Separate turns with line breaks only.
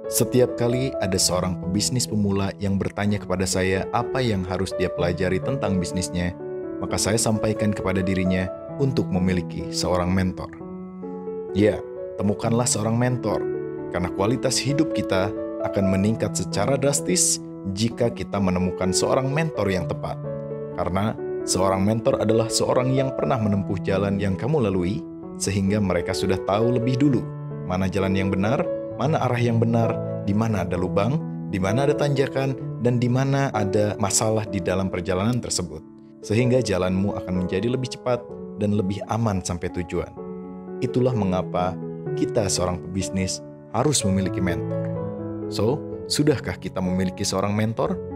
Setiap kali ada seorang pebisnis pemula yang bertanya kepada saya apa yang harus dia pelajari tentang bisnisnya, maka saya sampaikan kepada dirinya untuk memiliki seorang mentor. Ya, temukanlah seorang mentor, karena kualitas hidup kita akan meningkat secara drastis jika kita menemukan seorang mentor yang tepat. Karena seorang mentor adalah seorang yang pernah menempuh jalan yang kamu lalui, sehingga mereka sudah tahu lebih dulu mana jalan yang benar, mana arah yang benar, di mana ada lubang, di mana ada tanjakan, dan di mana ada masalah di dalam perjalanan tersebut. Sehingga jalanmu akan menjadi lebih cepat dan lebih aman sampai tujuan. Itulah mengapa kita seorang pebisnis harus memiliki mentor. So, sudahkah kita memiliki seorang mentor?